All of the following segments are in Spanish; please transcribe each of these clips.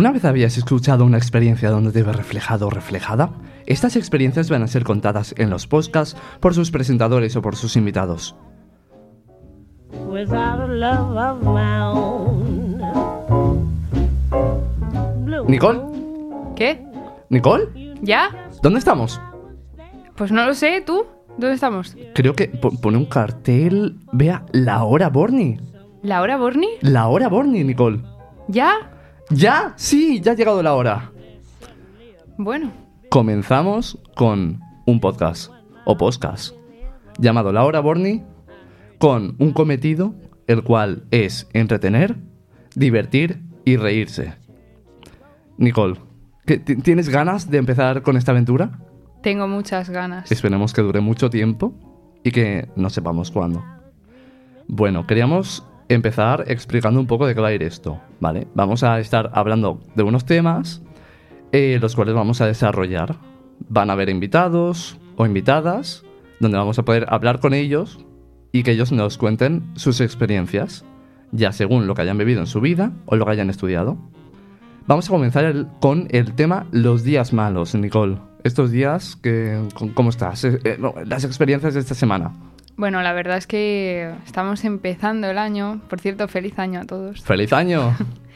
¿Alguna vez habías escuchado una experiencia donde te ves reflejado o reflejada? Estas experiencias van a ser contadas en los podcasts por sus presentadores o por sus invitados. ¿Nicole? ¿Qué? ¿Nicole? ¿Ya? ¿Dónde estamos? Pues no lo sé, ¿tú? ¿Dónde estamos? Creo que pone un cartel. Vea, la hora Borny. ¿La hora, Borny? La hora Borny, Nicole. ¿Ya? ¿Ya? Sí, ya ha llegado la hora. Bueno. Comenzamos con un podcast, o podcast, llamado La Hora Borny, con un cometido, el cual es entretener, divertir y reírse. Nicole, ¿tienes ganas de empezar con esta aventura? Tengo muchas ganas. Esperemos que dure mucho tiempo y que no sepamos cuándo. Bueno, queríamos empezar explicando un poco de qué va a ir esto, ¿vale? Vamos a estar hablando de unos temas, los cuales vamos a desarrollar. Van a haber invitados o invitadas, donde vamos a poder hablar con ellos y que ellos nos cuenten sus experiencias, ya según lo que hayan vivido en su vida o lo que hayan estudiado. Vamos a comenzar con el tema los días malos, Nicole. Estos días, ¿cómo estás? Las experiencias de esta semana. Bueno, la verdad es que estamos empezando el año. Por cierto, feliz año a todos. ¡Feliz año!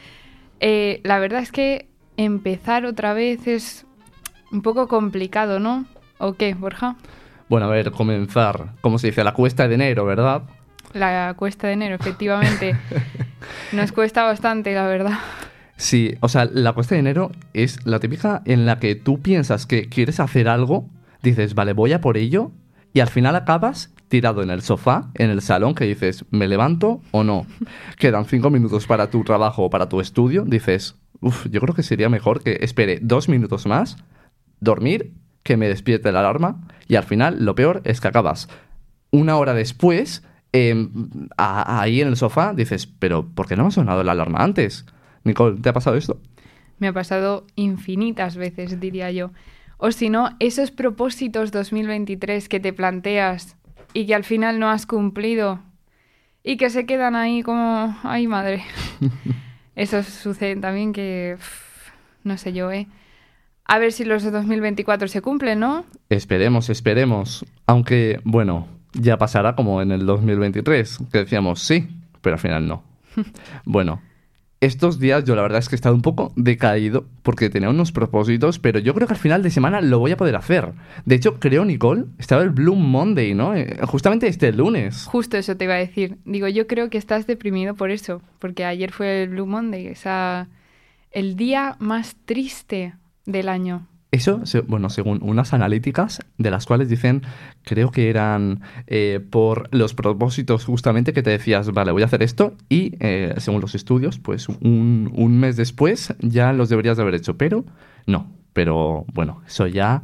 La verdad es que empezar otra vez es un poco complicado, ¿no? ¿O qué, Borja? Bueno, a ver, comenzar, ¿cómo se dice? La cuesta de enero, ¿verdad? La cuesta de enero, efectivamente. Nos cuesta bastante, la verdad. Sí, o sea, la cuesta de enero es la típica en la que tú piensas que quieres hacer algo, dices, vale, voy a por ello, y al final acabas tirado en el sofá, en el salón, que dices, ¿me levanto o no? Quedan 5 minutos para tu trabajo o para tu estudio, dices, yo creo que sería mejor que espere 2 minutos más, dormir, que me despierte la alarma, y al final lo peor es que acabas 1 hora después, ahí en el sofá, dices, pero ¿por qué no me ha sonado la alarma antes? Nicole, ¿te ha pasado esto? Me ha pasado infinitas veces, diría yo. O si no, esos propósitos 2023 que te planteas y que al final no has cumplido y que se quedan ahí como, ay madre. Eso sucede también que, no sé yo, A ver si los de 2024 se cumplen, ¿no? Esperemos. Aunque, bueno, ya pasará como en el 2023, que decíamos sí, pero al final no. Bueno. Estos días yo la verdad es que he estado un poco decaído porque tenía unos propósitos, pero yo creo que al final de semana lo voy a poder hacer. De hecho, creo, Nicole, estaba el Blue Monday, ¿no? Justamente este lunes. Justo eso te iba a decir. Digo, yo creo que estás deprimido por eso, porque ayer fue el Blue Monday, el día más triste del año. Eso, bueno, según unas analíticas de las cuales dicen, creo que eran por los propósitos justamente que te decías, vale, voy a hacer esto y según los estudios, pues un mes después ya los deberías de haber hecho, pero no, pero bueno, eso ya.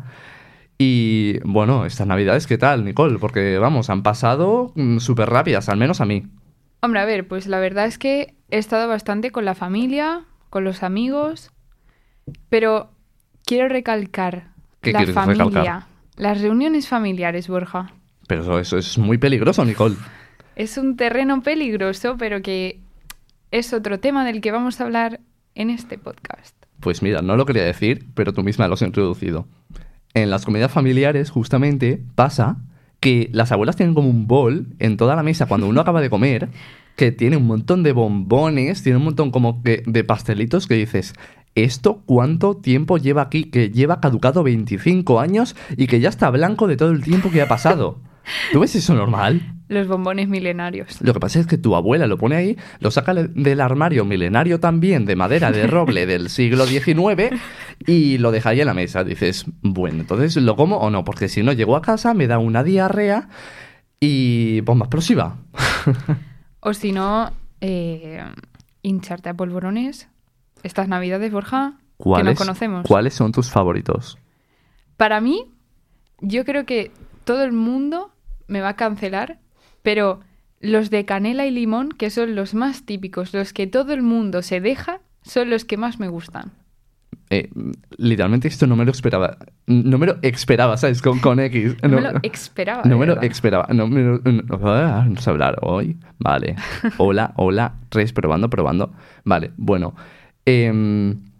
Y bueno, estas navidades, ¿qué tal, Nicole? Porque vamos, han pasado súper rápidas, al menos a mí. Hombre, a ver, pues la verdad es que he estado bastante con la familia, con los amigos, pero quiero recalcar la familia, recalcar? Las reuniones familiares, Borja. Pero eso es muy peligroso, Nicole. Es un terreno peligroso, pero que es otro tema del que vamos a hablar en este podcast. Pues mira, no lo quería decir, pero tú misma lo has introducido. En las comidas familiares, justamente, pasa que las abuelas tienen como un bol en toda la mesa cuando uno acaba de comer, que tiene un montón de bombones, tiene un montón como de pastelitos que dices, ¿esto cuánto tiempo lleva aquí? Que lleva caducado 25 años y que ya está blanco de todo el tiempo que ha pasado. ¿Tú ves eso normal? Los bombones milenarios. Lo que pasa es que tu abuela lo pone ahí, lo saca del armario milenario también, de madera de roble del siglo XIX, y lo deja ahí en la mesa. Dices, bueno, entonces ¿lo como o no? Porque si no, llego a casa, me da una diarrea y bomba explosiva. O si no, hincharte a polvorones. Estas navidades, Borja, que nos conocemos. ¿Cuáles son tus favoritos? Para mí, yo creo que todo el mundo me va a cancelar, pero los de canela y limón, que son los más típicos, los que todo el mundo se deja, son los que más me gustan. Literalmente esto no me lo esperaba. No me lo esperaba, ¿sabes? Con X. No me lo esperaba. No me lo esperaba. No sé hablar hoy. Vale. Hola. 3, probando. Vale, bueno.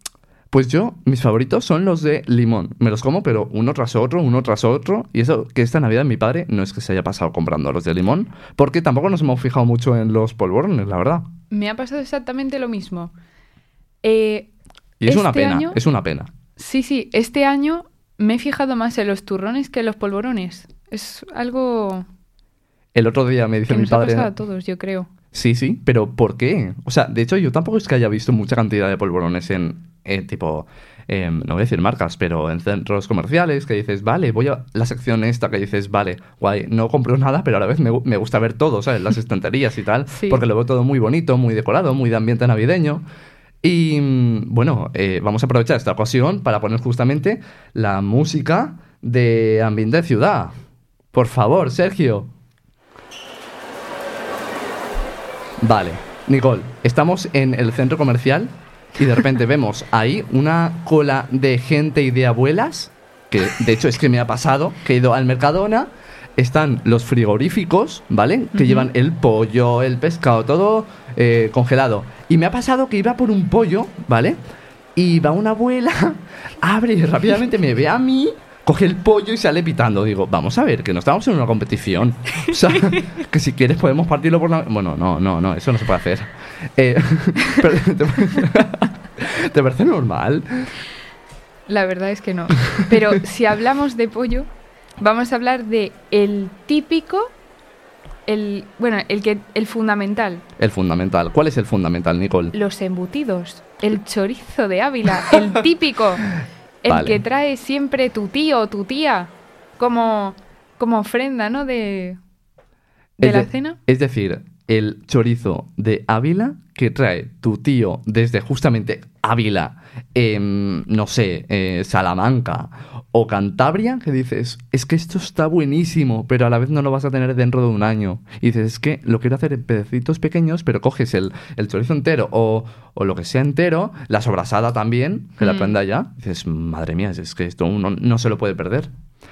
Pues yo, mis favoritos son los de limón. Me los como, pero uno tras otro, uno tras otro. Y eso que esta Navidad mi padre no es que se haya pasado comprando los de limón, porque tampoco nos hemos fijado mucho en los polvorones, la verdad. Me ha pasado exactamente lo mismo. Y es una Este pena, año- es una pena. Sí, este año me he fijado más en los turrones que en los polvorones. Es algo El otro día me dice que mi nos ha padre... pasado a todos, yo creo. Sí, pero ¿por qué? O sea, de hecho yo tampoco es que haya visto mucha cantidad de polvorones en tipo, no voy a decir marcas, pero en centros comerciales que dices, vale, voy a la sección esta que dices, vale, guay, no compro nada, pero a la vez me gusta ver todo, ¿sabes? Las estanterías y tal, Sí. porque lo veo todo muy bonito, muy decorado, muy de ambiente navideño. Y bueno, vamos a aprovechar esta ocasión para poner justamente la música de ambiente de ciudad. Por favor, Sergio. Vale, Nicole, estamos en el centro comercial y de repente vemos ahí una cola de gente y de abuelas, que de hecho es que me ha pasado, que he ido al Mercadona, están los frigoríficos, ¿vale? Que Ujú. llevan el pollo, el pescado, todo congelado. Y me ha pasado que iba por un pollo, ¿vale? Y va una abuela, abre y rápidamente me ve a mí, coge el pollo y sale pitando. Digo, vamos a ver, que no estamos en una competición. O sea, que si quieres podemos partirlo por la... Bueno, no, eso no se puede hacer. Pero, ¿te parece normal? La verdad es que no. Pero si hablamos de pollo, vamos a hablar de el típico, el fundamental, El fundamental. ¿Cuál es el fundamental, Nicole? los embutidos, el chorizo de Ávila, el típico, el Vale. que trae siempre tu tío o tu tía como ofrenda, ¿no? De la cena. Es decir, el chorizo de Ávila que trae tu tío desde justamente Ávila, no sé, Salamanca o Cantabria, que dices, es que esto está buenísimo, pero a la vez no lo vas a tener dentro de un año. Y dices, es que lo quiero hacer en pedacitos pequeños, pero coges el chorizo entero o lo que sea entero, la sobrasada también, que la traen de allá. Dices, madre mía, es que esto uno no se lo puede perder.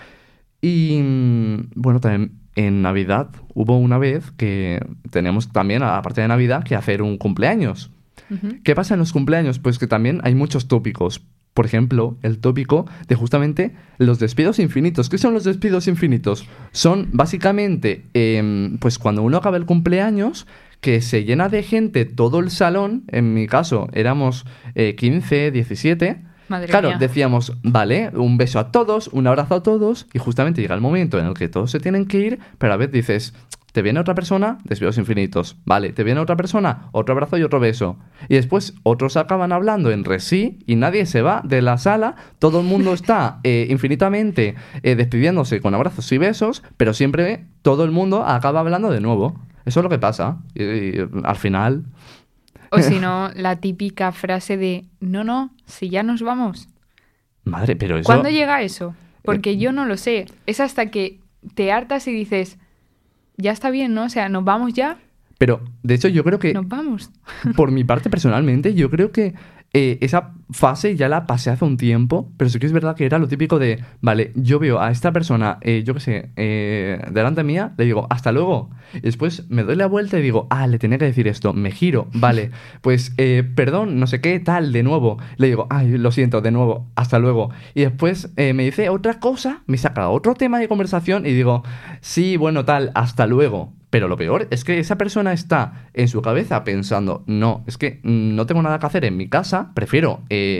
Y bueno, también en Navidad hubo una vez que teníamos también, aparte de Navidad, que hacer un cumpleaños. Ujú. ¿Qué pasa en los cumpleaños? Pues que también hay muchos tópicos. Por ejemplo, el tópico de justamente los despidos infinitos. ¿Qué son los despidos infinitos? Son básicamente, pues cuando uno acaba el cumpleaños, que se llena de gente todo el salón. En mi caso éramos 15, 17. Madre Claro, mía. decíamos, vale, un beso a todos, un abrazo a todos, y justamente llega el momento en el que todos se tienen que ir, pero a veces dices, te viene otra persona, despidos infinitos. Vale, te viene otra persona, otro abrazo y otro beso. Y después otros acaban hablando entre sí y nadie se va de la sala, todo el mundo está infinitamente despidiéndose con abrazos y besos, pero siempre todo el mundo acaba hablando de nuevo. Eso es lo que pasa. Y al final... O si no, la típica frase de, no, si ya nos vamos. Madre, pero eso... ¿Cuándo llega eso? Porque yo no lo sé. Es hasta que te hartas y dices, ya está bien, ¿no? O sea, nos vamos ya, Pero, de hecho, yo creo que... nos vamos. Por mi parte, personalmente, yo creo que esa fase ya la pasé hace un tiempo, pero sí que es verdad que era lo típico de, vale, yo veo a esta persona, yo qué sé, delante mía, le digo, hasta luego. Y después me doy la vuelta y digo, le tenía que decir esto, me giro, vale, pues, perdón, no sé qué, tal, de nuevo. Le digo, ay, lo siento, de nuevo, hasta luego. Y después me dice otra cosa, me saca otro tema de conversación y digo, sí, bueno, tal, hasta luego. Pero lo peor es que esa persona está en su cabeza pensando, no, es que no tengo nada que hacer en mi casa, prefiero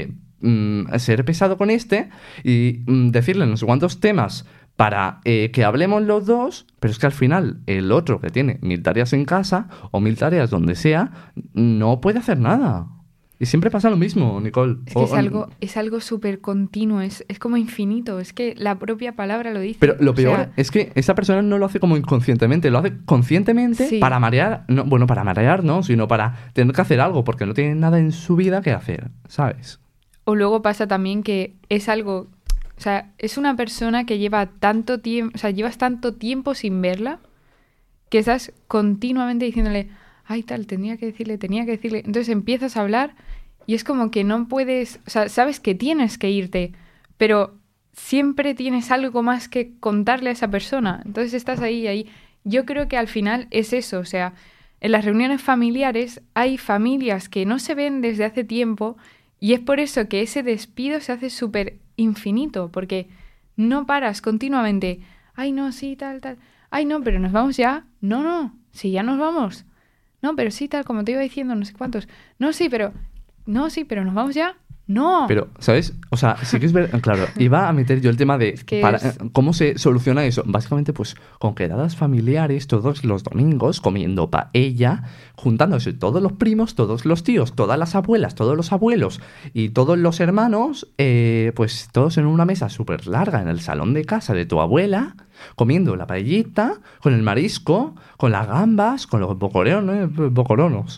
ser pesado con este y decirle no sé cuántos temas para que hablemos los dos, pero es que al final el otro que tiene 1000 tareas en casa o 1000 tareas donde sea, no puede hacer nada. Y siempre pasa lo mismo, Nicole. Es que es algo súper continuo, es como infinito, es que la propia palabra lo dice. Pero lo O peor sea, es que esa persona no lo hace como inconscientemente, lo hace conscientemente Sí. para marear, no, bueno, para marear no, sino para tener que hacer algo, porque no tiene nada en su vida que hacer, ¿sabes? O luego pasa también que es algo, o sea, es una persona que lleva tanto tiempo, o sea, llevas tanto tiempo sin verla que estás continuamente diciéndole, ay, tal, tenía que decirle. Entonces empiezas a hablar y es como que no puedes, o sea, sabes que tienes que irte, pero siempre tienes algo más que contarle a esa persona. Entonces estás ahí. Yo creo que al final es eso, o sea, en las reuniones familiares hay familias que no se ven desde hace tiempo Y es por eso que ese despido se hace súper infinito, porque no paras continuamente. Ay, no, sí, tal, tal. Ay, no, pero nos vamos ya. No, no, sí, ya nos vamos. No, pero sí, tal, como te iba diciendo, no sé cuántos. No, sí, pero... No, sí, pero nos vamos ya. No. Pero, ¿sabes? O sea, sí que es verdad, claro, iba a meter yo el tema de cómo se soluciona eso. Básicamente, pues, con quedadas familiares todos los domingos, comiendo paella, juntándose todos los primos, todos los tíos, todas las abuelas, todos los abuelos y todos los hermanos, pues todos en una mesa súper larga en el salón de casa de tu abuela, comiendo la paellita, con el marisco, con las gambas, con los bocoronos.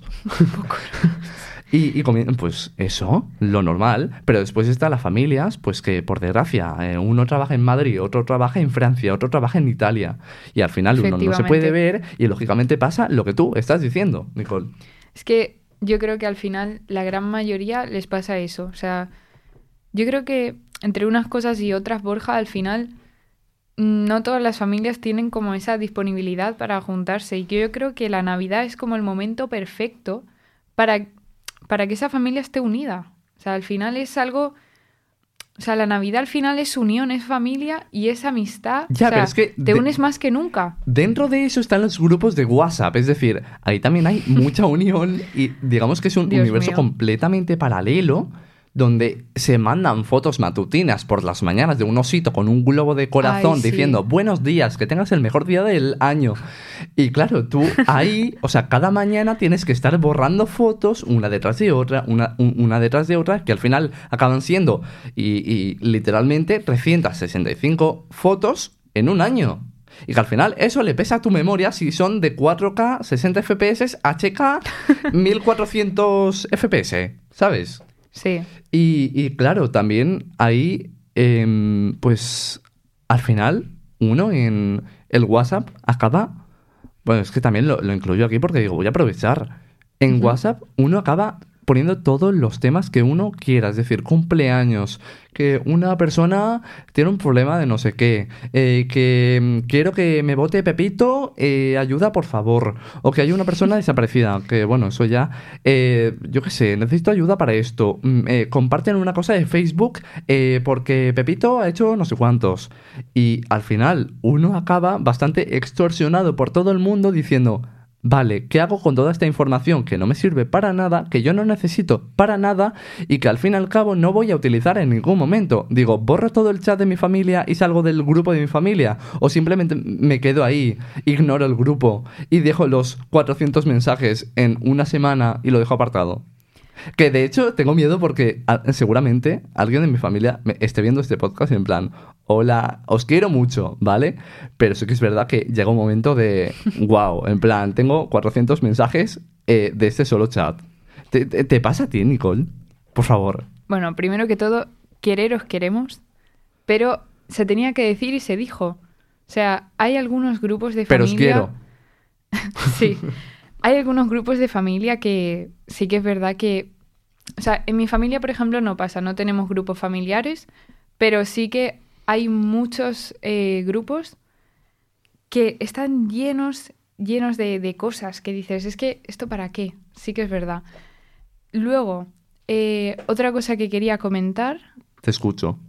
Y comienzan, pues eso, lo normal. Pero después están las familias, pues que por desgracia, uno trabaja en Madrid, otro trabaja en Francia, otro trabaja en Italia. Y al final uno no se puede ver y lógicamente pasa lo que tú estás diciendo, Nicole. Es que yo creo que al final la gran mayoría les pasa eso. O sea, yo creo que entre unas cosas y otras, Borja, al final no todas las familias tienen como esa disponibilidad para juntarse. Y que yo creo que la Navidad es como el momento perfecto para que esa familia esté unida. O sea, al final es algo... O sea, la Navidad al final es unión, es familia y es amistad. Ya, o sea, pero es que te unes más que nunca. Dentro de eso están los grupos de WhatsApp. Es decir, ahí también hay mucha unión y digamos que es un universo completamente paralelo donde se mandan fotos matutinas por las mañanas de un osito con un globo de corazón diciendo buenos días, que tengas el mejor día del año. Y claro, tú ahí, o sea, cada mañana tienes que estar borrando fotos una detrás de otra, una detrás de otra, que al final acaban siendo y literalmente 365 fotos en un año. Y que al final eso le pesa a tu memoria si son de 4K, 60 FPS, HK, 1400 FPS, ¿sabes? Sí. Y claro, también ahí, pues al final, uno en el WhatsApp acaba... Bueno, es que también lo incluyo aquí porque digo, voy a aprovechar. En WhatsApp uno acaba poniendo todos los temas que uno quiera, es decir, cumpleaños, que una persona tiene un problema de no sé qué, que quiero que me vote Pepito, ayuda por favor, o que hay una persona desaparecida, que bueno, eso ya, yo qué sé, necesito ayuda para esto, comparten una cosa de Facebook porque Pepito ha hecho no sé cuántos, y al final uno acaba bastante extorsionado por todo el mundo diciendo... Vale, ¿qué hago con toda esta información que no me sirve para nada, que yo no necesito para nada y que al fin y al cabo no voy a utilizar en ningún momento? Digo, ¿borro todo el chat de mi familia y salgo del grupo de mi familia? ¿O simplemente me quedo ahí, ignoro el grupo y dejo los 400 mensajes en una semana y lo dejo apartado? Que de hecho tengo miedo porque seguramente alguien de mi familia me esté viendo este podcast en plan, hola, os quiero mucho, ¿vale? Pero sí que es verdad que llega un momento de, wow, en plan, tengo 400 mensajes de este solo chat. ¿Te pasa a ti, Nicole? Por favor. Bueno, primero que todo, quereros queremos, pero se tenía que decir y se dijo. O sea, hay algunos grupos de familia... Pero os quiero. Sí. Hay algunos grupos de familia que sí que es verdad que... O sea, en mi familia, por ejemplo, no pasa. No tenemos grupos familiares, pero sí que hay muchos grupos que están llenos de cosas que dices, es que, ¿esto para qué? Sí que es verdad. Luego, otra cosa que quería comentar... Te escucho.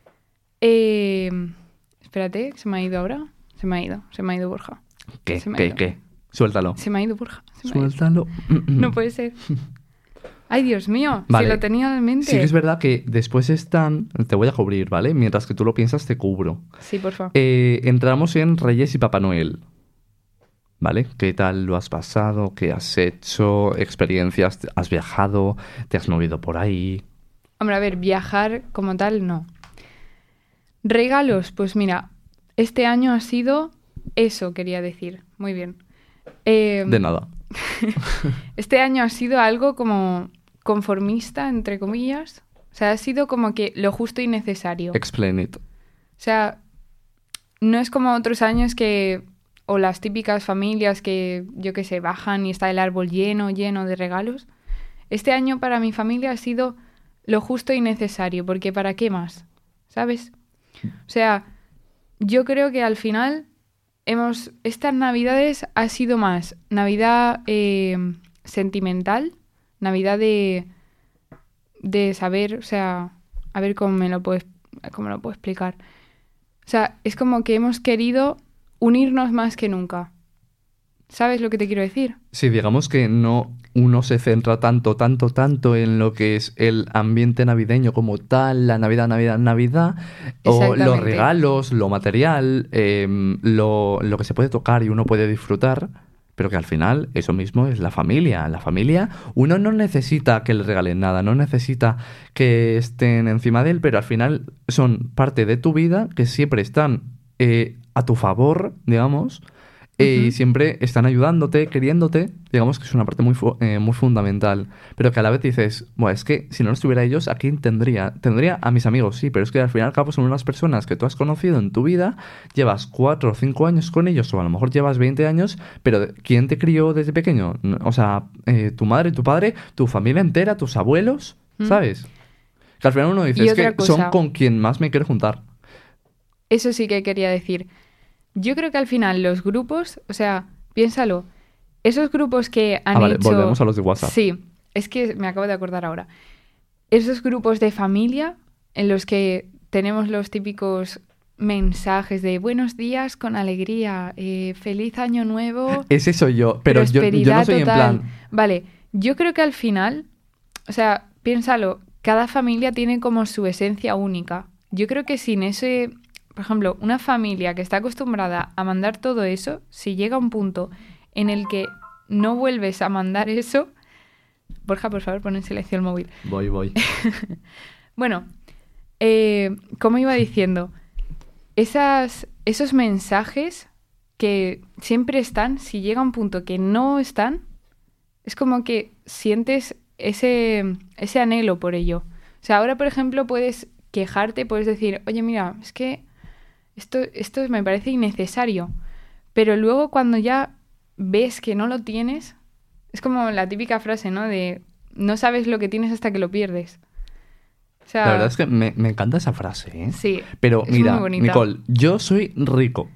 Espérate, ¿se me ha ido ahora? Se me ha ido Borja. ¿Qué? Suéltalo. Se me ha ido Borja. Suéltalo. No puede ser. Ay, Dios mío, vale. Si lo tenía en mente. Sí que es verdad que después están... Te voy a cubrir, ¿vale? Mientras que tú lo piensas, te cubro. Sí, por favor. Entramos en Reyes y Papá Noel. ¿Vale? ¿Qué tal lo has pasado? ¿Qué has hecho? ¿Experiencias? ¿Has viajado? ¿Te has movido por ahí? Hombre, a ver, viajar como tal, no. Regalos, pues mira, este año ha sido... Eso quería decir. Muy bien. De nada. Este año ha sido algo como conformista, entre comillas. O sea, ha sido como que lo justo y necesario. Explain it. O sea, no es como otros años que... O las típicas familias que, yo qué sé, bajan y está el árbol lleno de regalos. Este año para mi familia ha sido lo justo y necesario, porque ¿para qué más? ¿Sabes? O sea, yo creo que al final estas Navidades ha sido más Navidad sentimental, Navidad de de saber, o sea, a ver cómo lo puedo explicar. O sea, es como que hemos querido unirnos más que nunca. ¿Sabes lo que te quiero decir? Sí, digamos que no uno se centra tanto en lo que es el ambiente navideño como tal, la Navidad, o los Exactamente. regalos, lo material, lo que se puede tocar y uno puede disfrutar, pero que al final eso mismo es la familia. La familia, uno no necesita que le regalen nada, no necesita que estén encima de él, pero al final son parte de tu vida que siempre están a tu favor, digamos. Y Ujú. siempre están ayudándote, queriéndote, digamos que es una parte muy fundamental. Pero que a la vez dices, bueno, es que si no estuviera ellos, ¿a quién tendría? Tendría a mis amigos, sí, pero es que al final y al cabo son unas personas que tú has conocido en tu vida, llevas 4 o 5 años con ellos, o a lo mejor llevas 20 años, pero ¿quién te crió desde pequeño? O sea, tu madre, tu padre, tu familia entera, tus abuelos, ¿Mm? ¿sabes? Que al final uno dice, Y es que otra son cosa, con quien más me quiero juntar. eso sí que quería decir. Yo creo que al final los grupos, o sea, piénsalo, esos grupos que Ah, han vale, hecho... volvemos a los de WhatsApp. Sí, es que me acabo de acordar ahora. Esos grupos de familia en los que tenemos los típicos mensajes de buenos días con alegría, feliz año nuevo, Ese soy yo, pero yo no prosperidad soy en total. plan... Vale, yo creo que al final, o sea, piénsalo, cada familia tiene como su esencia única. Yo creo que sin ese, por ejemplo, una familia que está acostumbrada a mandar todo eso, si llega un punto en el que no vuelves a mandar eso, Borja, por favor, pon en silencio el móvil. Voy. Bueno, como iba diciendo, esos mensajes que siempre están, si llega un punto que no están, es como que sientes ese anhelo por ello. O sea, ahora, por ejemplo, puedes quejarte, puedes decir, oye, mira, es que esto me parece innecesario. Pero luego cuando ya ves que no lo tienes, es como la típica frase, ¿no? De no sabes lo que tienes hasta que lo pierdes. O La verdad sea, es que me encanta esa frase, ¿eh? sí, Pero es muy mira, bonita. Nicole, yo soy rico.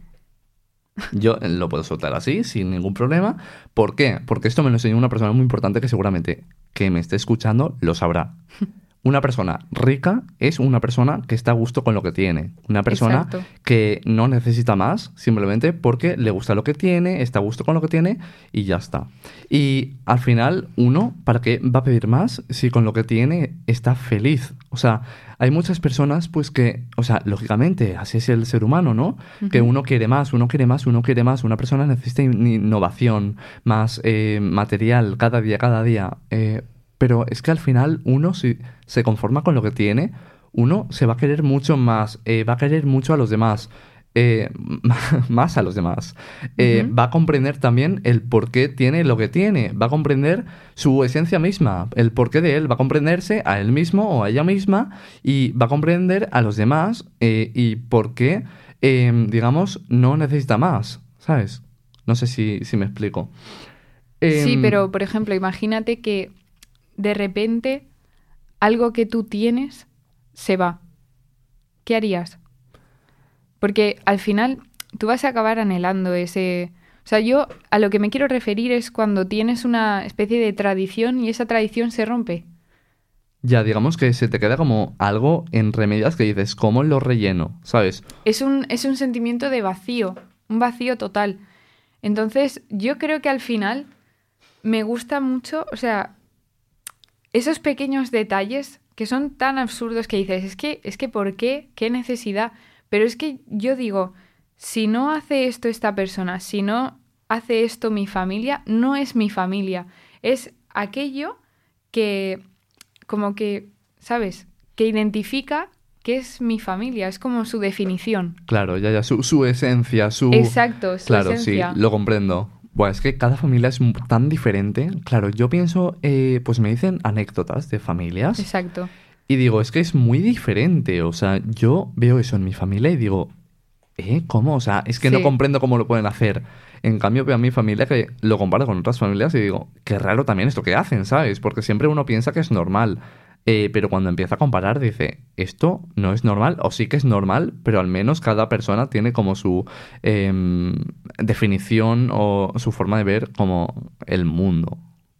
Yo lo puedo soltar así, sin ningún problema. ¿Por qué? Porque esto me lo enseñó una persona muy importante que seguramente que me esté escuchando lo sabrá. Una persona rica es una persona que está a gusto con lo que tiene. Una persona Exacto. que no necesita más simplemente porque le gusta lo que tiene, está a gusto con lo que tiene y ya está. Y al final, uno, ¿para qué va a pedir más si con lo que tiene está feliz? O sea, hay muchas personas pues que, o sea, lógicamente, así es el ser humano, ¿no? Que Ujú. uno quiere más, uno quiere más, uno quiere más. Una persona necesita innovación, más material cada día. Pero es que al final uno, si se conforma con lo que tiene, uno se va a querer mucho más, va a querer mucho a los demás, eh, más a los demás. Ujú. Va a comprender también el por qué tiene lo que tiene, va a comprender su esencia misma, el porqué de él, va a comprenderse a él mismo o a ella misma y va a comprender a los demás y por qué, digamos, no necesita más, ¿sabes? No sé si me explico. Sí, Em, pero por ejemplo, imagínate que de repente algo que tú tienes se va. ¿Qué harías? Porque al final tú vas a acabar anhelando ese... O sea, yo a lo que me quiero referir es cuando tienes una especie de tradición y esa tradición se rompe. Ya, digamos que se te queda como algo en remedias que dices, ¿cómo lo relleno? ¿Sabes? Es un sentimiento de vacío, un vacío total. Entonces, yo creo que al final me gusta mucho, o sea, esos pequeños detalles que son tan absurdos que dices, es que ¿por qué? ¿Qué necesidad? Pero es que yo digo, si no hace esto esta persona, si no hace esto mi familia, no es mi familia. Es aquello que, como que, ¿sabes? Que identifica que es mi familia, es como su definición. Claro, ya, su esencia, su... Exacto, su Claro, sí, esencia. lo comprendo. Buah, es que cada familia es tan diferente. Claro, yo pienso, pues me dicen anécdotas de familias Exacto. y digo, es que es muy diferente. O sea, yo veo eso en mi familia y digo, ¿cómo? O sea, es que no Sí. comprendo cómo lo pueden hacer. En cambio, veo a mi familia que lo comparo con otras familias y digo, qué raro también esto que hacen, ¿sabes? Porque siempre uno piensa que es normal. Pero cuando empieza a comparar, dice, esto no es normal, o sí que es normal, pero al menos cada persona tiene como su definición o su forma de ver como el mundo.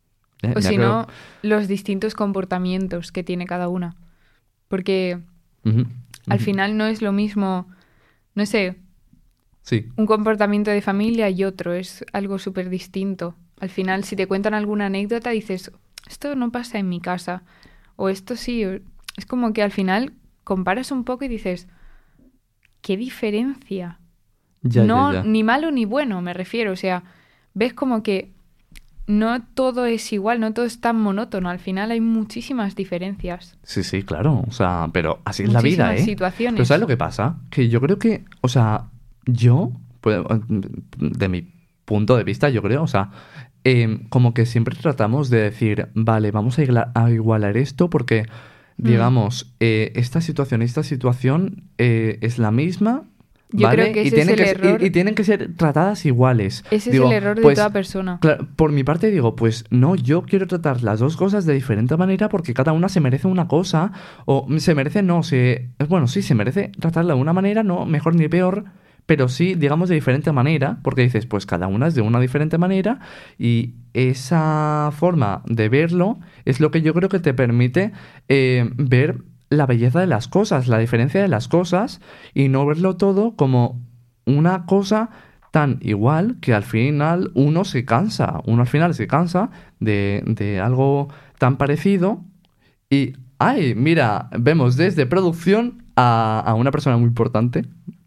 O si no, los distintos comportamientos que tiene cada una. Porque al final no es lo mismo, no sé, sí. un comportamiento de familia y otro. Es algo súper distinto. Al final, si te cuentan alguna anécdota, dices, esto no pasa en mi casa. O esto sí. Es como que al final comparas un poco y dices, ¿qué diferencia? Ya. Ni malo ni bueno, me refiero. O sea, ves como que no todo es igual, no todo es tan monótono. Al final hay muchísimas diferencias. Sí, claro. O sea, pero así es la vida, Muchísimas situaciones. Pero ¿sabes lo que pasa? Que yo creo que, o sea, pues, de mi punto de vista, yo creo, o sea, como que siempre tratamos de decir, vale, vamos a igualar esto porque, digamos, esta situación es la misma. Yo ¿vale? creo que ese es el error. Y tienen que ser tratadas iguales. Ese es el error de toda persona. Claro, por mi parte digo, pues no, yo quiero tratar las dos cosas de diferente manera porque cada una se merece una cosa. O se merece, bueno, sí, se merece tratarla de una manera, no mejor ni peor, pero sí, digamos, de diferente manera, porque dices, pues cada una es de una diferente manera y esa forma de verlo es lo que yo creo que te permite ver la belleza de las cosas, la diferencia de las cosas y no verlo todo como una cosa tan igual que al final uno al final se cansa de algo tan parecido y, ¡ay! Mira, vemos desde producción a una persona muy importante.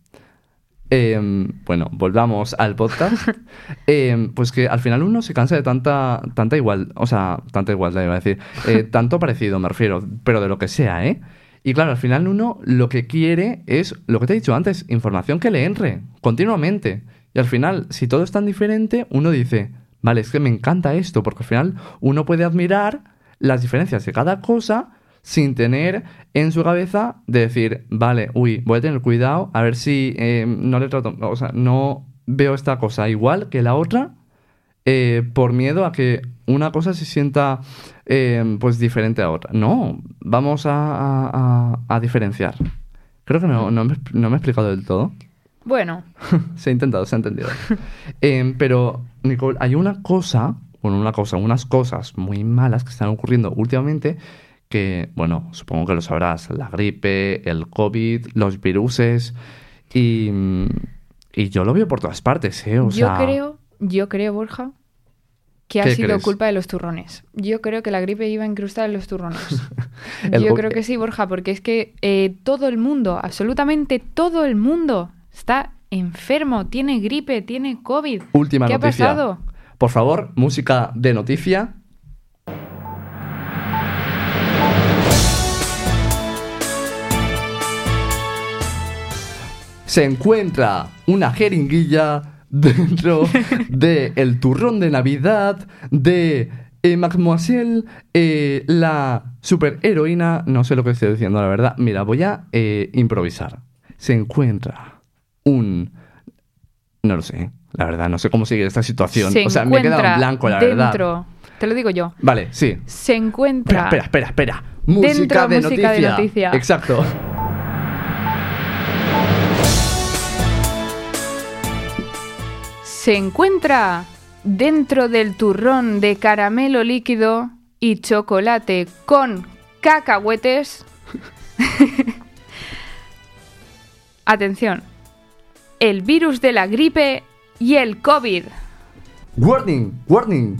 Bueno, volvamos al podcast. Pues que al final uno se cansa de tanta igualdad, iba a decir, tanto parecido, me refiero, pero de lo que sea, ¿eh? Y claro, al final uno lo que quiere es, lo que te he dicho antes, información que le entre continuamente. Y al final, si todo es tan diferente, uno dice, vale, es que me encanta esto, porque al final uno puede admirar las diferencias de cada cosa sin tener en su cabeza de decir, vale, voy a tener cuidado a ver si no veo esta cosa igual que la otra por miedo a que una cosa se sienta pues diferente a otra. No, vamos a diferenciar. Creo que no me he explicado del todo. Bueno. Se ha intentado, se ha entendido. Pero, Nicole, hay unas cosas muy malas que están ocurriendo últimamente que, bueno, supongo que lo sabrás, la gripe, el COVID, los viruses y yo lo veo por todas partes, ¿eh? Yo creo, Borja, que ha sido culpa de los turrones. Yo creo que la gripe iba incrustada en los turrones. Yo creo que sí, Borja, porque es que todo el mundo, absolutamente todo el mundo está enfermo, tiene gripe, tiene COVID. Última noticia. ¿Qué ha pasado? Por favor, música de noticia. Se encuentra una jeringuilla dentro del turrón de Navidad de Mademoiselle, la superheroína. No sé lo que estoy diciendo, la verdad. Mira, voy a improvisar. Se encuentra no lo sé, la verdad, no sé cómo sigue esta situación. Me he quedado en blanco, la verdad. Te lo digo yo. Vale, sí. Se encuentra... Espera. Música de noticia. Exacto. Se encuentra dentro del turrón de caramelo líquido y chocolate con cacahuetes. Atención. El virus de la gripe y el COVID. Warning.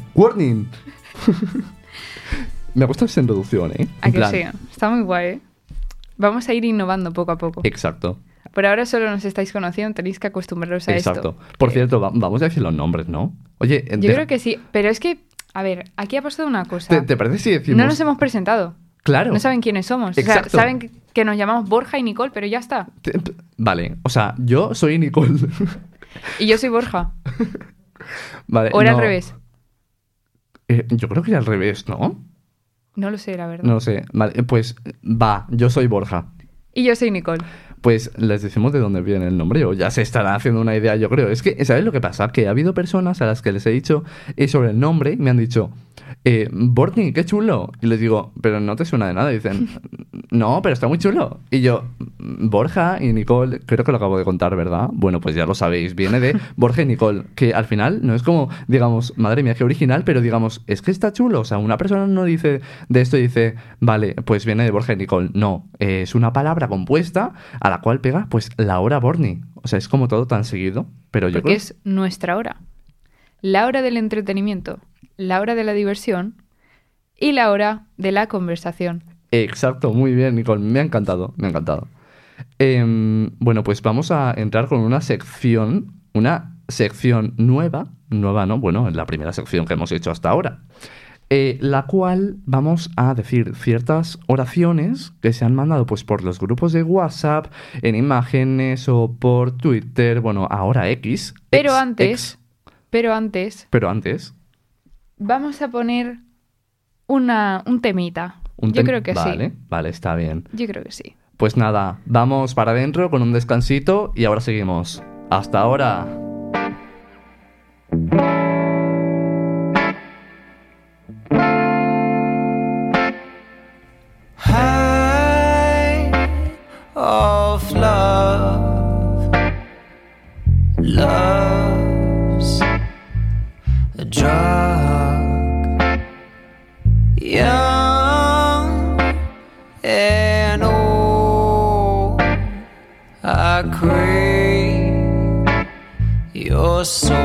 Me gusta esa introducción, ¿eh? ¿A que sí? Está muy guay, ¿eh? Vamos a ir innovando poco a poco. Exacto. Por ahora solo nos estáis conociendo, tenéis que acostumbraros a esto. Exacto. Por cierto, vamos a decir los nombres, ¿no? Oye, yo creo que sí, pero es que, a ver, aquí ha pasado una cosa. ¿Te parece si decimos...? No nos hemos presentado. Claro. No saben quiénes somos. Exacto. O sea, saben que nos llamamos Borja y Nicole, pero ya está. Vale, o sea, yo soy Nicole. Y yo soy Borja. Vale, ¿O era al revés? Yo creo que era al revés, ¿no? No lo sé, la verdad. No lo sé. Vale, pues yo soy Borja. Y yo soy Nicole. Pues les decimos de dónde viene el nombre o ya se estará haciendo una idea, yo creo. Es que, ¿sabes lo que pasa? Que ha habido personas a las que les he dicho sobre el nombre y me han dicho, Borni, qué chulo. Y les digo, pero no te suena de nada. Y dicen, no, pero está muy chulo. Y yo, Borja y Nicole, creo que lo acabo de contar, ¿verdad? Bueno, pues ya lo sabéis, viene de Borja y Nicole, que al final no es como, digamos, madre mía, qué original, pero digamos, es que está chulo. O sea, una persona no dice de esto y dice, vale, pues viene de Borja y Nicole. No, es una palabra compuesta a la cual pega, pues, la hora Borni. O sea, es como todo tan seguido, pero yo Porque creo... es nuestra hora. La hora del entretenimiento, la hora de la diversión y la hora de la conversación. Exacto, muy bien, Nicole. Me ha encantado, me ha encantado. Bueno, pues vamos a entrar con una sección nueva, ¿no? Bueno, es la primera sección que hemos hecho hasta ahora, la cual vamos a decir ciertas oraciones que se han mandado pues por los grupos de WhatsApp, en imágenes o por Twitter, bueno, ahora X. Pero antes, vamos a poner un temita. Yo creo que sí. Vale, está bien. Yo creo que sí. Pues nada, vamos para adentro con un descansito y ahora seguimos. ¡Hasta ahora! High of love, love's a drug, young and old, I crave your soul.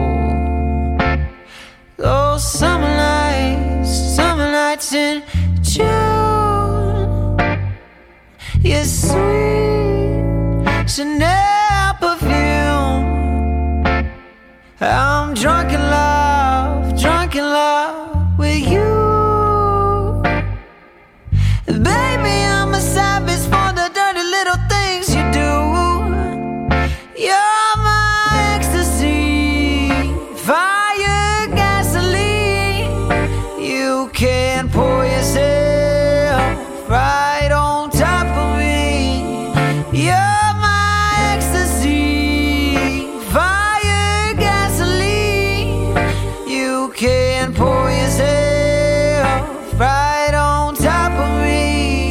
Those summer nights in June, your sweet Chanel perfume. I'm drunk in love with you. Baby, I'm a savage for the dirty little things you do. You're my ecstasy, fire, gasoline. You can pour yourself right on top of me. You're my ecstasy, fire, gasoline. You can pour yourself right on top of me.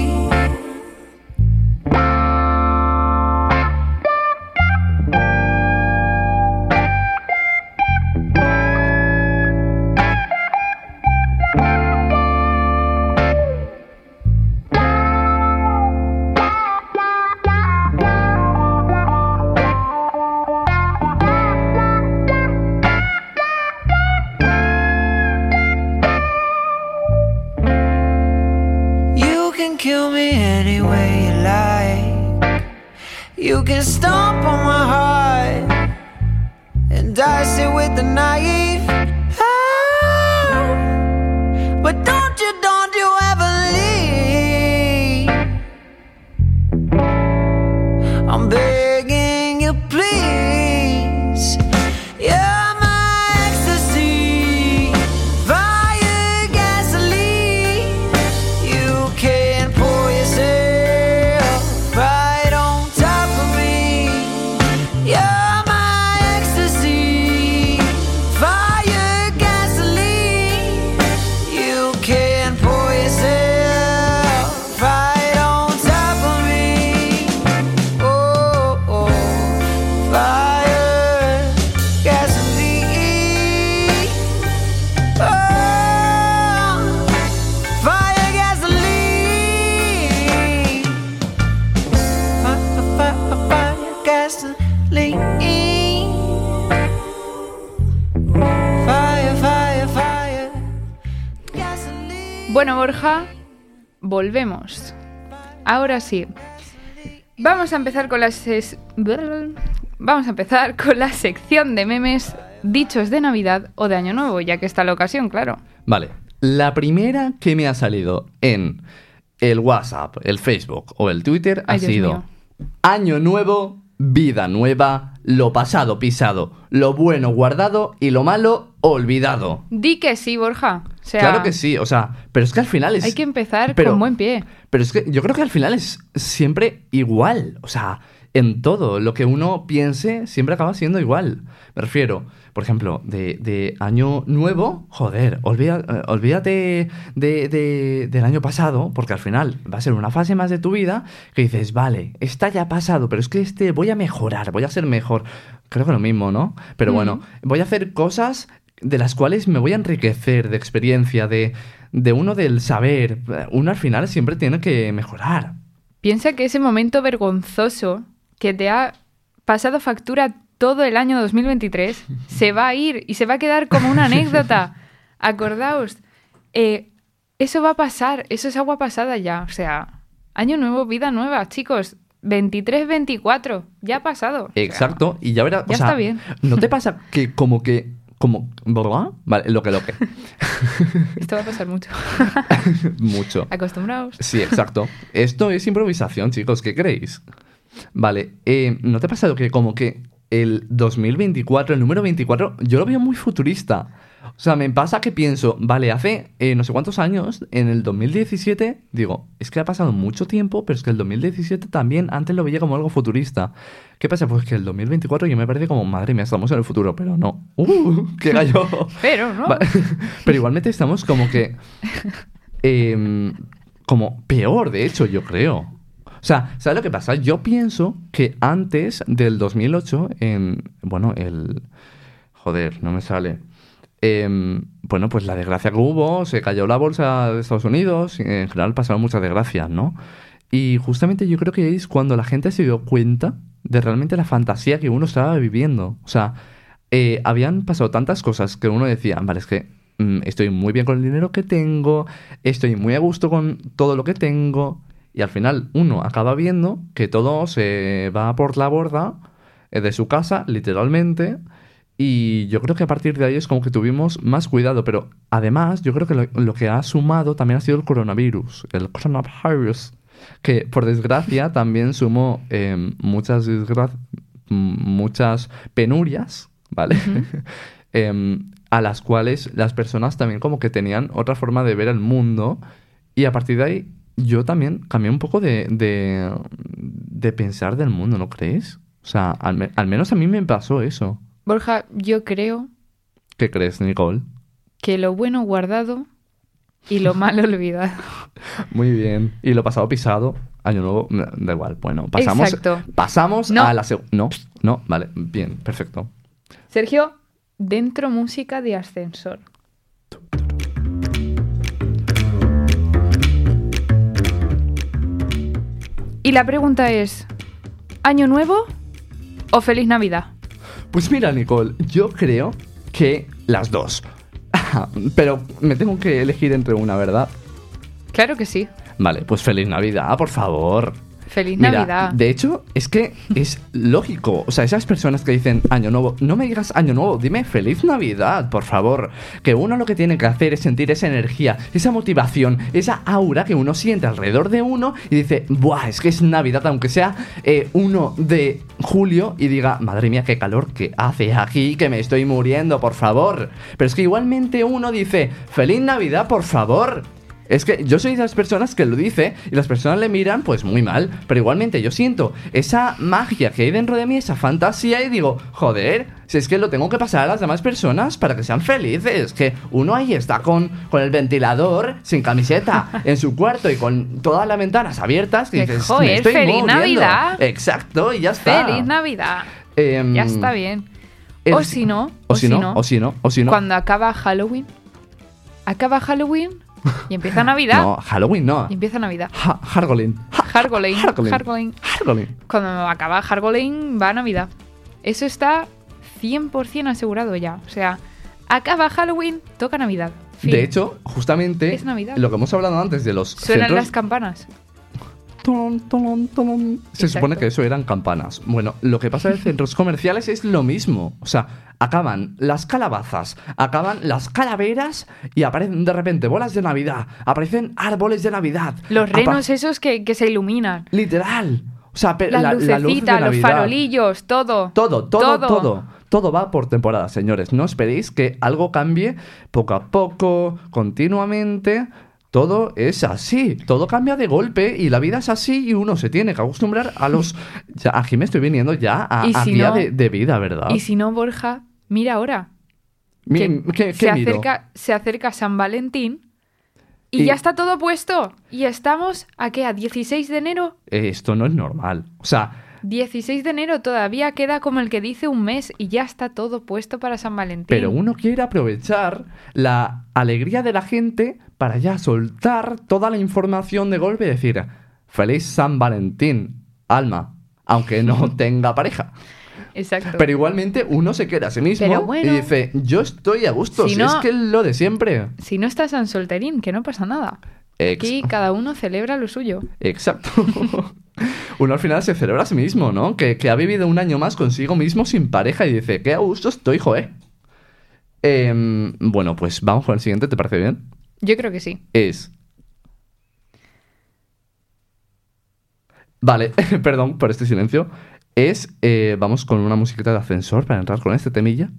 You can kill me any way you like. You can stomp on my heart and dice it with the knife. Ah, but don't you ever leave. I'm begging you, please. You're my ecstasy, fire, gasoline. You can pour yourself right on top of me. You're my ecstasy, fire, gasoline. You can pour yourself right on top of me. Oh, oh, fire, gasoline. Oh, fire, gasoline. Fire, gasoline. Fire, gasoline. Bueno, Borja, volvemos. Ahora sí. Vamos a empezar con la sección de memes dichos de Navidad o de Año Nuevo, ya que está la ocasión, claro. Vale, la primera que me ha salido en el WhatsApp, el Facebook o el Twitter ha Ay, Dios sido mío. Año nuevo, vida nueva, lo pasado pisado, lo bueno guardado y lo malo olvidado. Di que sí, Borja. O sea, Claro que sí, o sea, pero es que al final es... hay que empezar pero- con buen pie. Pero es que yo creo que al final es siempre igual. O sea, en todo. Lo que uno piense siempre acaba siendo igual. Me refiero, por ejemplo, de año nuevo, joder, olvídate del año pasado, porque al final va a ser una fase más de tu vida que dices, vale, esta ya ha pasado, pero es que voy a mejorar, voy a ser mejor. Creo que lo mismo, ¿no? Pero bueno, voy a hacer cosas de las cuales me voy a enriquecer de experiencia, del saber. Uno al final siempre tiene que mejorar. Piensa que ese momento vergonzoso que te ha pasado factura todo el año 2023 se va a ir y se va a quedar como una anécdota. Acordaos, eso va a pasar, eso es agua pasada ya. O sea, año nuevo, vida nueva, chicos. 23-24, ya ha pasado. Exacto, y ya verás. Ya está bien. ¿No te pasa que ¿verdad? Vale, lo que. Esto va a pasar mucho. Mucho. Acostumbraos. Sí, exacto. Esto es improvisación, chicos, ¿qué creéis? Vale, ¿no te ha pasado que como que el 2024, el número 24, yo lo veo muy futurista? O sea, me pasa que pienso, vale, hace no sé cuántos años, en el 2017, digo, es que ha pasado mucho tiempo, pero es que el 2017 también antes lo veía como algo futurista. ¿Qué pasa? Pues que el 2024 yo me parece como, madre mía, estamos en el futuro, pero no. ¡Qué gallo! Pero no. Vale. Pero igualmente estamos como que... como peor, de hecho, yo creo. O sea, ¿sabes lo que pasa? Yo pienso que antes del 2008, joder, no me sale... bueno, pues la desgracia que hubo, se cayó la bolsa de Estados Unidos, y en general pasaron muchas desgracias, ¿no? Y justamente yo creo que es cuando la gente se dio cuenta de realmente la fantasía que uno estaba viviendo. O sea, habían pasado tantas cosas que uno decía, vale, es que estoy muy bien con el dinero que tengo, estoy muy a gusto con todo lo que tengo, y al final uno acaba viendo que todo se va por la borda de su casa, literalmente. Y yo creo que a partir de ahí es como que tuvimos más cuidado. Pero además, yo creo que lo que ha sumado también ha sido el coronavirus. El coronavirus. Que por desgracia también sumó muchas penurias, ¿vale? A las cuales las personas también como que tenían otra forma de ver el mundo. Y a partir de ahí yo también cambié un poco de pensar del mundo, ¿no crees? O sea, al menos a mí me pasó eso. Borja, yo creo... ¿Qué crees, Nicole? Que lo bueno guardado y lo malo olvidado. Muy bien. Y lo pasado pisado, año nuevo, da igual. Bueno, pasamos no. A la segunda... No, vale, bien, perfecto. Sergio, dentro música de ascensor. Y la pregunta es, ¿año nuevo o feliz Navidad? Pues mira, Nicole, yo creo que las dos. Pero me tengo que elegir entre una, ¿verdad? Claro que sí. Vale, pues feliz Navidad, por favor. Feliz Mira, Navidad. De hecho, es que es lógico. O sea, esas personas que dicen año nuevo, no me digas año nuevo, dime feliz Navidad, por favor. Que uno lo que tiene que hacer es sentir esa energía, esa motivación, esa aura que uno siente alrededor de uno y dice, buah, es que es Navidad, aunque sea 1 de julio y diga, madre mía, qué calor que hace aquí, que me estoy muriendo, por favor. Pero es que igualmente uno dice, feliz Navidad, por favor. Es que yo soy de las personas que lo dice y las personas le miran pues muy mal, pero igualmente yo siento esa magia que hay dentro de mí, esa fantasía y digo, joder, si es que lo tengo que pasar a las demás personas para que sean felices, que uno ahí está con el ventilador sin camiseta en su cuarto y con todas las ventanas abiertas y dices, joder, me estoy feliz muriendo. Navidad. Exacto, y ya está. Feliz Navidad. Ya está bien. O si no, cuando acaba Halloween y empieza Navidad. No, Halloween no. Y empieza Navidad. Hargolin. Cuando acaba Hargolin va Navidad. Eso está 100% asegurado ya. O sea, acaba Halloween, toca Navidad. Fin. De hecho, justamente es Navidad. Lo que hemos hablado antes de los Suenan centros... las campanas. Se supone que eso eran campanas. Bueno, lo que pasa en centros comerciales es lo mismo. O sea, acaban las calabazas, acaban las calaveras y aparecen de repente bolas de Navidad, aparecen árboles de Navidad. Los renos esos que se iluminan. Literal. O sea, las lucecitas, los farolillos, todo. Todo va por temporada, señores. No esperéis que algo cambie poco a poco, continuamente. todo es así, todo cambia de golpe y la vida es así y uno se tiene que acostumbrar a los... Ya, aquí me estoy viniendo ya Y a si día no- de vida, ¿verdad? Y si no, Borja, mira ahora. ¿Qué se, miro? se acerca San Valentín y Y- ya está todo puesto. Y estamos, ¿a qué? ¿A 16 de enero? Esto no es normal. O sea, 16 de enero todavía queda como el que dice un mes y ya está todo puesto para San Valentín. pero uno quiere aprovechar la alegría de la gente para ya soltar toda la información de golpe y decir, feliz San Valentín, alma, aunque no tenga pareja. Exacto. Pero igualmente uno se queda a sí mismo Pero bueno, y dice, yo estoy a gusto, si si no- es que es lo de siempre. Si no estás en solterín, que no pasa nada. Ex- Aquí cada uno celebra lo suyo. Exacto. Uno al final se celebra a sí mismo, ¿no? Que ha vivido un año más consigo mismo sin pareja y dice, qué a gusto estoy, joder. Bueno, pues vamos con el siguiente, ¿te parece bien? Yo creo que sí. Es... Vale, perdón por este silencio. Vamos con una musiquita de ascensor para entrar con este temilla.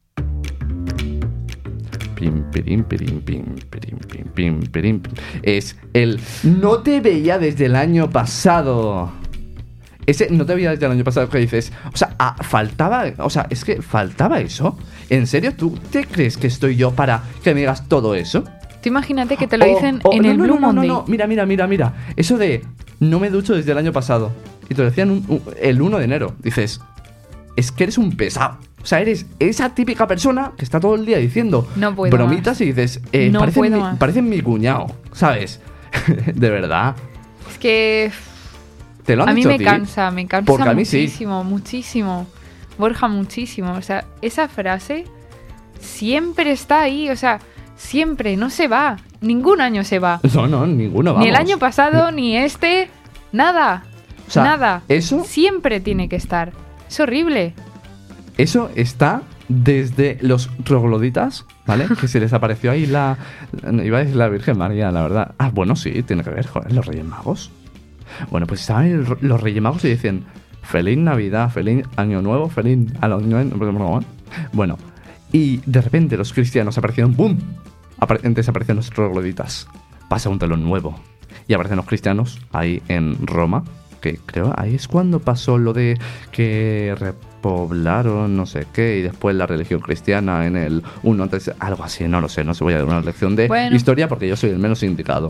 Pim, pirim, pirim, pim, pirim, pim, pim, pirim, pim. Es el no te veía desde el año pasado. Ese no te veía desde el año pasado que dices, o sea, faltaba, o sea, es que faltaba eso. ¿En serio tú te crees que estoy yo para que me digas todo eso? Tú imagínate que te lo dicen en no, el no, Blue no, no, Monday. no, mira. Eso de no me ducho desde el año pasado. Y te lo decían el 1 de enero. Dices, es que eres un pesado. O sea, eres esa típica persona que está todo el día diciendo No puedo bromitas más. y dices, No puedo más. parecen mi cuñado, ¿sabes? De verdad. Es que ¿Te lo han a mí dicho me a ti? cansa Porque a mí sí. muchísimo, muchísimo. Borja, muchísimo. O sea, esa frase siempre está ahí, o sea, siempre, no se va. Ningún año se va. No, ninguno, vamos. Ni el año pasado, ni este, nada. O sea, nada. eso- Siempre tiene que estar. Es horrible. Eso está desde los trogloditas, ¿vale? Que se les apareció ahí iba a decir la Virgen María, la verdad. Ah, bueno, sí, tiene que ver, joder, los Reyes Magos. Bueno, pues estaban los Reyes Magos y dicen, feliz Navidad, feliz Año Nuevo, feliz Año Nuevo. Bueno, y de repente los cristianos aparecieron, ¡boom! Desaparecen los trogloditas. Pasa un telón nuevo. Y aparecen los cristianos ahí en Roma, que creo ahí es cuando pasó lo de que repoblaron no sé qué y después la religión cristiana en el 1 antes, algo así, no lo sé, no se voy a dar una lección de Bueno. historia porque yo soy el menos indicado.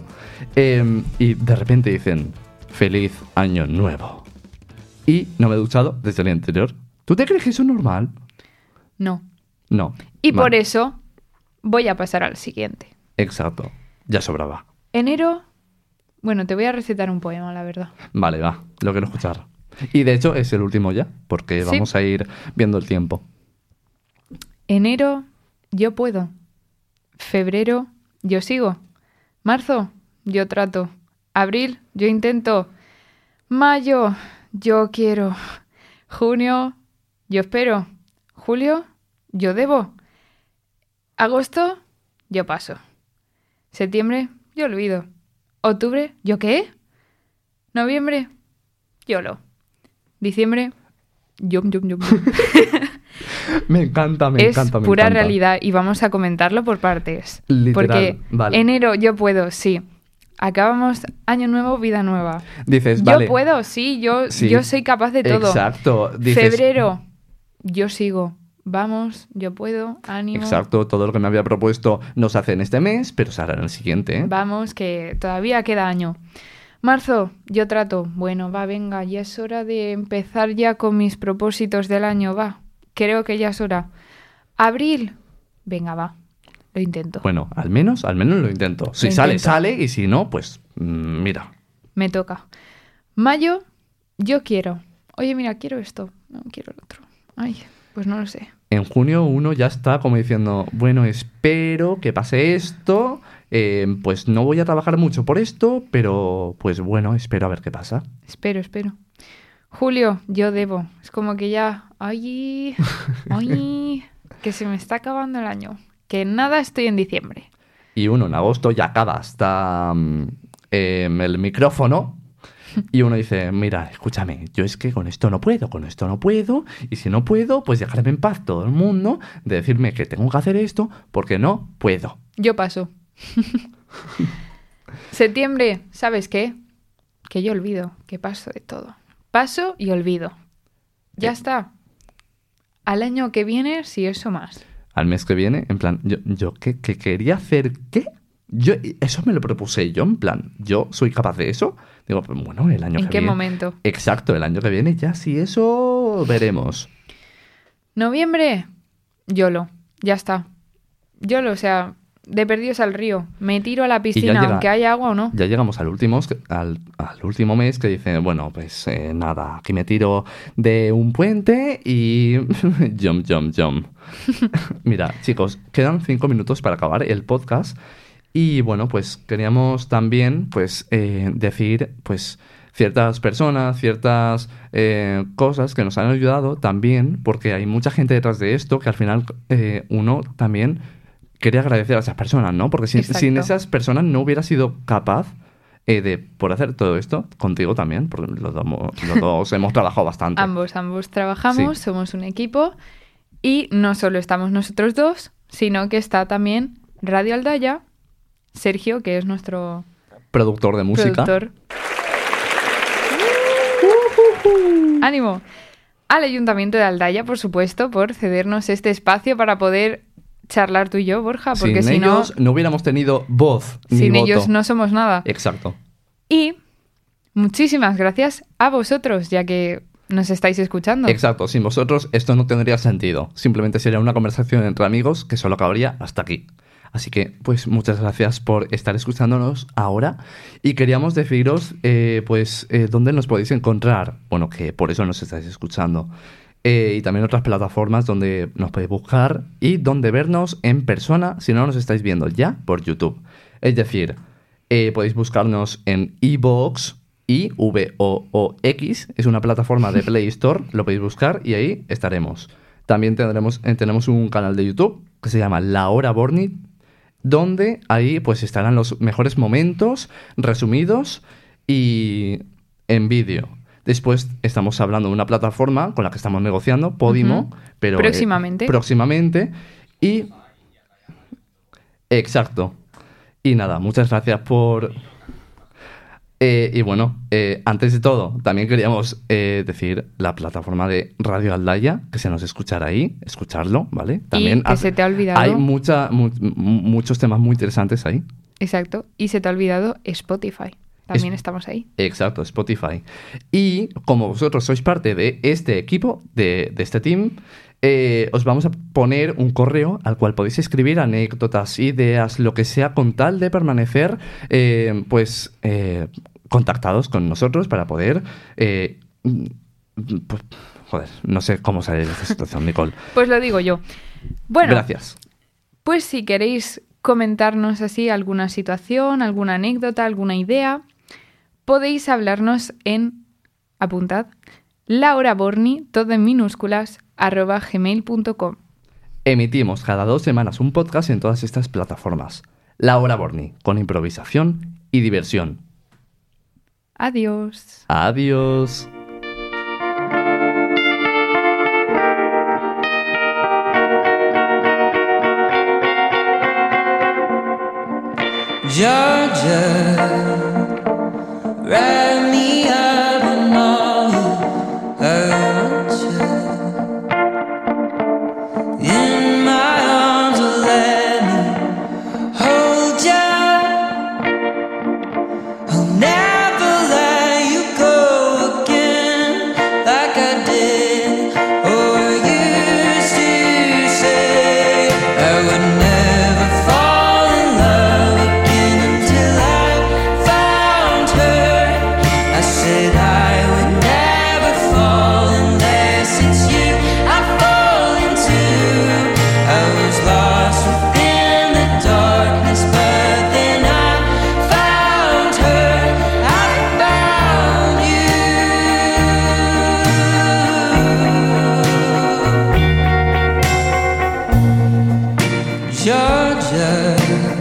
Y de repente dicen, feliz año nuevo. Y no me he duchado desde el día anterior. ¿Tú te crees que eso es normal? No. No. Y por Vale. eso voy a pasar al siguiente. Exacto. Ya sobraba. Enero. Bueno, te voy a recitar un poema, la verdad. Vale, va. Lo quiero escuchar. Y de hecho es el último ya, porque Sí. vamos a ir viendo el tiempo. Enero, yo puedo. Febrero, yo sigo. Marzo, yo trato. Abril, yo intento. Mayo, yo quiero. Junio, yo espero. Julio, yo debo. Agosto, yo paso. Septiembre, yo olvido. Octubre, ¿yo qué? Noviembre, yo lo. Diciembre, yo. Me encanta, me Es encanta, me pura encanta. realidad y vamos a comentarlo por partes. Literal, Porque vale. enero yo puedo, sí. Acabamos año nuevo, vida nueva. Dices, Yo vale. puedo, sí, yo Sí. soy capaz de todo. Exacto. Dices, Febrero, yo sigo. Vamos, yo puedo, ánimo. Exacto, todo lo que me había propuesto no se hace en este mes, pero se hará en el siguiente. ¿eh? Vamos, que todavía queda año. Marzo, yo trato. Bueno, va, venga, ya es hora de empezar ya con mis propósitos del año, va. Creo que ya es hora. Abril, venga, va. Lo intento. Bueno, al menos lo intento. Si Lo sale, intento. sale, y si no, pues mira. Me toca. Mayo, yo quiero. Oye, mira, quiero esto. No, quiero el otro. Ay, pues no lo sé. En junio uno ya está como diciendo, bueno, espero que pase esto, pues no voy a trabajar mucho por esto, pero pues bueno, espero a ver qué pasa. Espero. Julio, yo debo. Es como que ya... Ay, que se me está acabando el año. Que nada, estoy en diciembre. Y uno en agosto ya acaba hasta el micrófono y uno dice, mira, escúchame, yo es que con esto no puedo, y si no puedo, pues dejarme en paz todo el mundo de decirme que tengo que hacer esto porque no puedo. Yo paso. Septiembre, ¿sabes qué? Que yo olvido, que paso de todo. Paso y olvido. Ya está. Al año que viene, si eso más. Al mes que viene, en plan, yo ¿qué quería hacer? ¿Qué? Eso me lo propuse yo, en plan, ¿yo soy capaz de eso? Digo, pues bueno, el año que viene. ¿En qué momento? Exacto, el año que viene, ya si eso veremos. Noviembre, YOLO, ya está. YOLO, o sea, de perdidos al río. Me tiro a la piscina, aunque haya agua o no. Ya llegamos al último mes que dice, bueno, pues nada, aquí me tiro de un puente y jump. Mira, chicos, quedan 5 minutos para acabar el podcast y bueno, pues queríamos también pues decir pues ciertas personas, ciertas cosas que nos han ayudado también, porque hay mucha gente detrás de esto que al final uno también quiere agradecer a esas personas, ¿no? Porque sin esas personas no hubiera sido capaz de poder hacer todo esto, contigo también, porque los dos hemos trabajado bastante. Ambos trabajamos, sí. Somos un equipo y no solo estamos nosotros dos, sino que está también Radio Aldaya, Sergio, que es nuestro productor de música. ¡Ánimo! Al Ayuntamiento de Aldaya, por supuesto, por cedernos este espacio para poder charlar tú y yo, Borja, porque sin ellos no hubiéramos tenido voz ni sin voto. Ellos no somos nada. Exacto. Y muchísimas gracias a vosotros, ya que nos estáis escuchando. Exacto, sin vosotros esto no tendría sentido. Simplemente sería una conversación entre amigos que solo acabaría hasta aquí. Así que, pues, muchas gracias por estar escuchándonos ahora. Y queríamos deciros, dónde nos podéis encontrar. Bueno, que por eso nos estáis escuchando. Y también otras plataformas donde nos podéis buscar y donde vernos en persona si no nos estáis viendo ya por YouTube. Es decir, podéis buscarnos en iVoox, IVOOX, es una plataforma de Play Store, lo podéis buscar y ahí estaremos. También tenemos un canal de YouTube que se llama La Hora Borni, donde ahí pues estarán los mejores momentos resumidos y en vídeo. Después estamos hablando de una plataforma con la que estamos negociando, Podimo, pero próximamente. Y exacto. Y nada, muchas gracias por... y bueno, antes de todo, también queríamos decir la plataforma de Radio Aldaya, que se nos escuchará ahí, escucharlo, ¿vale? También y que se te ha olvidado... Hay muchos temas muy interesantes ahí. Exacto, y se te ha olvidado Spotify. También estamos ahí. Exacto, Spotify. Y como vosotros sois parte de este equipo, de este team, os vamos a poner un correo al cual podéis escribir anécdotas, ideas, lo que sea, con tal de permanecer contactados con nosotros para poder... no sé cómo salir de esta situación, Nicole. Pues lo digo yo. Bueno, gracias. Pues si queréis comentarnos así alguna situación, alguna anécdota, alguna idea, podéis hablarnos en, apuntad, lahoraborni, todo en minúsculas, @gmail.com. Emitimos cada 2 semanas un podcast en todas estas plataformas. La Hora Borni, con improvisación y diversión. Adiós. Adiós. Georgia, write me up and all I want you in my arms, let me hold you. I'll never let you go again like I did or used to say. I would never fall in love again until I found her. I said I would never fall unless it's you I fall into. I was lost within the darkness, but then I found her. I found you, Georgia.